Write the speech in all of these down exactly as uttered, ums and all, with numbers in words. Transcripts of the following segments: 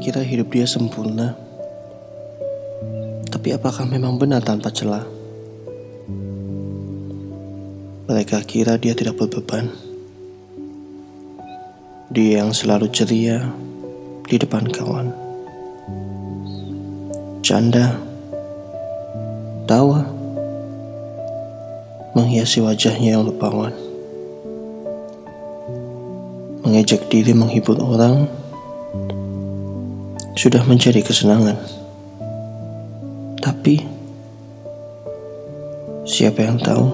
kira hidup dia sempurna. Tapi apakah memang benar tanpa celah? Mereka kira dia tidak berbeban. Dia yang selalu ceria di depan kawan. Canda, tawa, menghiasi wajahnya yang lupawan. Mengejek diri menghibur orang sudah menjadi kesenangan. Tapi siapa yang tahu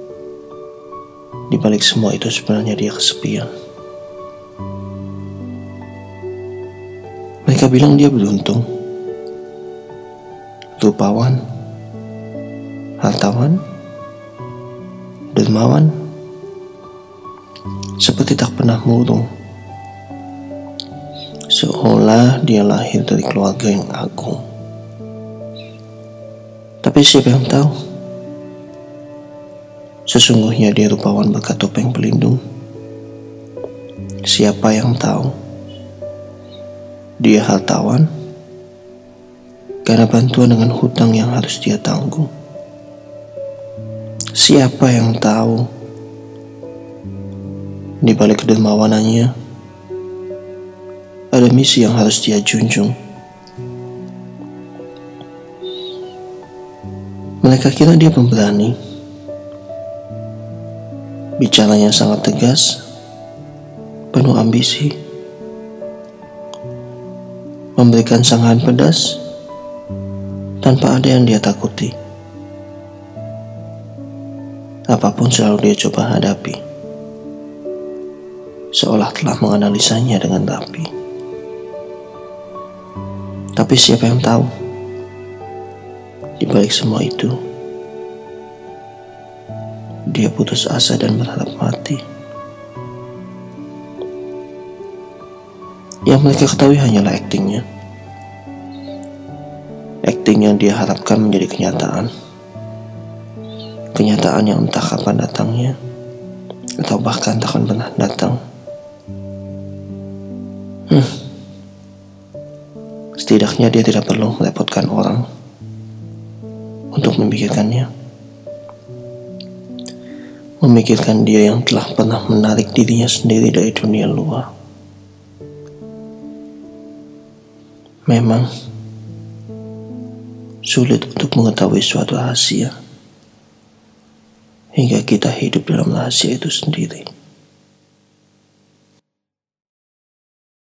di balik semua itu sebenarnya dia kesepian. Mereka bilang dia beruntung, rupawan, hartawan, dermawan, seperti tak pernah murung, seolah dia lahir dari keluarga yang agung. Tapi siapa yang tahu, sesungguhnya dia rupawan berkat topeng pelindung. Siapa yang tahu, dia hartawan karena bantuan dengan hutang yang harus dia tanggung. Siapa yang tahu, di balik kedermawanannya ada misi yang harus dia junjung. Mereka kira dia pemberani, bicaranya sangat tegas, penuh ambisi, memberikan sanggahan pedas tanpa ada yang dia takuti. Apapun selalu dia coba hadapi, seolah telah menganalisanya dengan rapi. Tapi siapa yang tahu, di balik semua itu dia putus asa dan berharap mati. Yang mereka ketahui hanyalah aktingnya. Akting yang dia harapkan menjadi kenyataan. Kenyataan yang entah kapan datangnya, atau bahkan tak akan pernah datang. Hmm. Setidaknya dia tidak perlu merepotkan orang untuk memikirkannya. Memikirkan dia yang telah pernah menarik dirinya sendiri dari dunia luar. Memang sulit untuk mengetahui suatu rahasia hingga kita hidup dalam rahasia itu sendiri.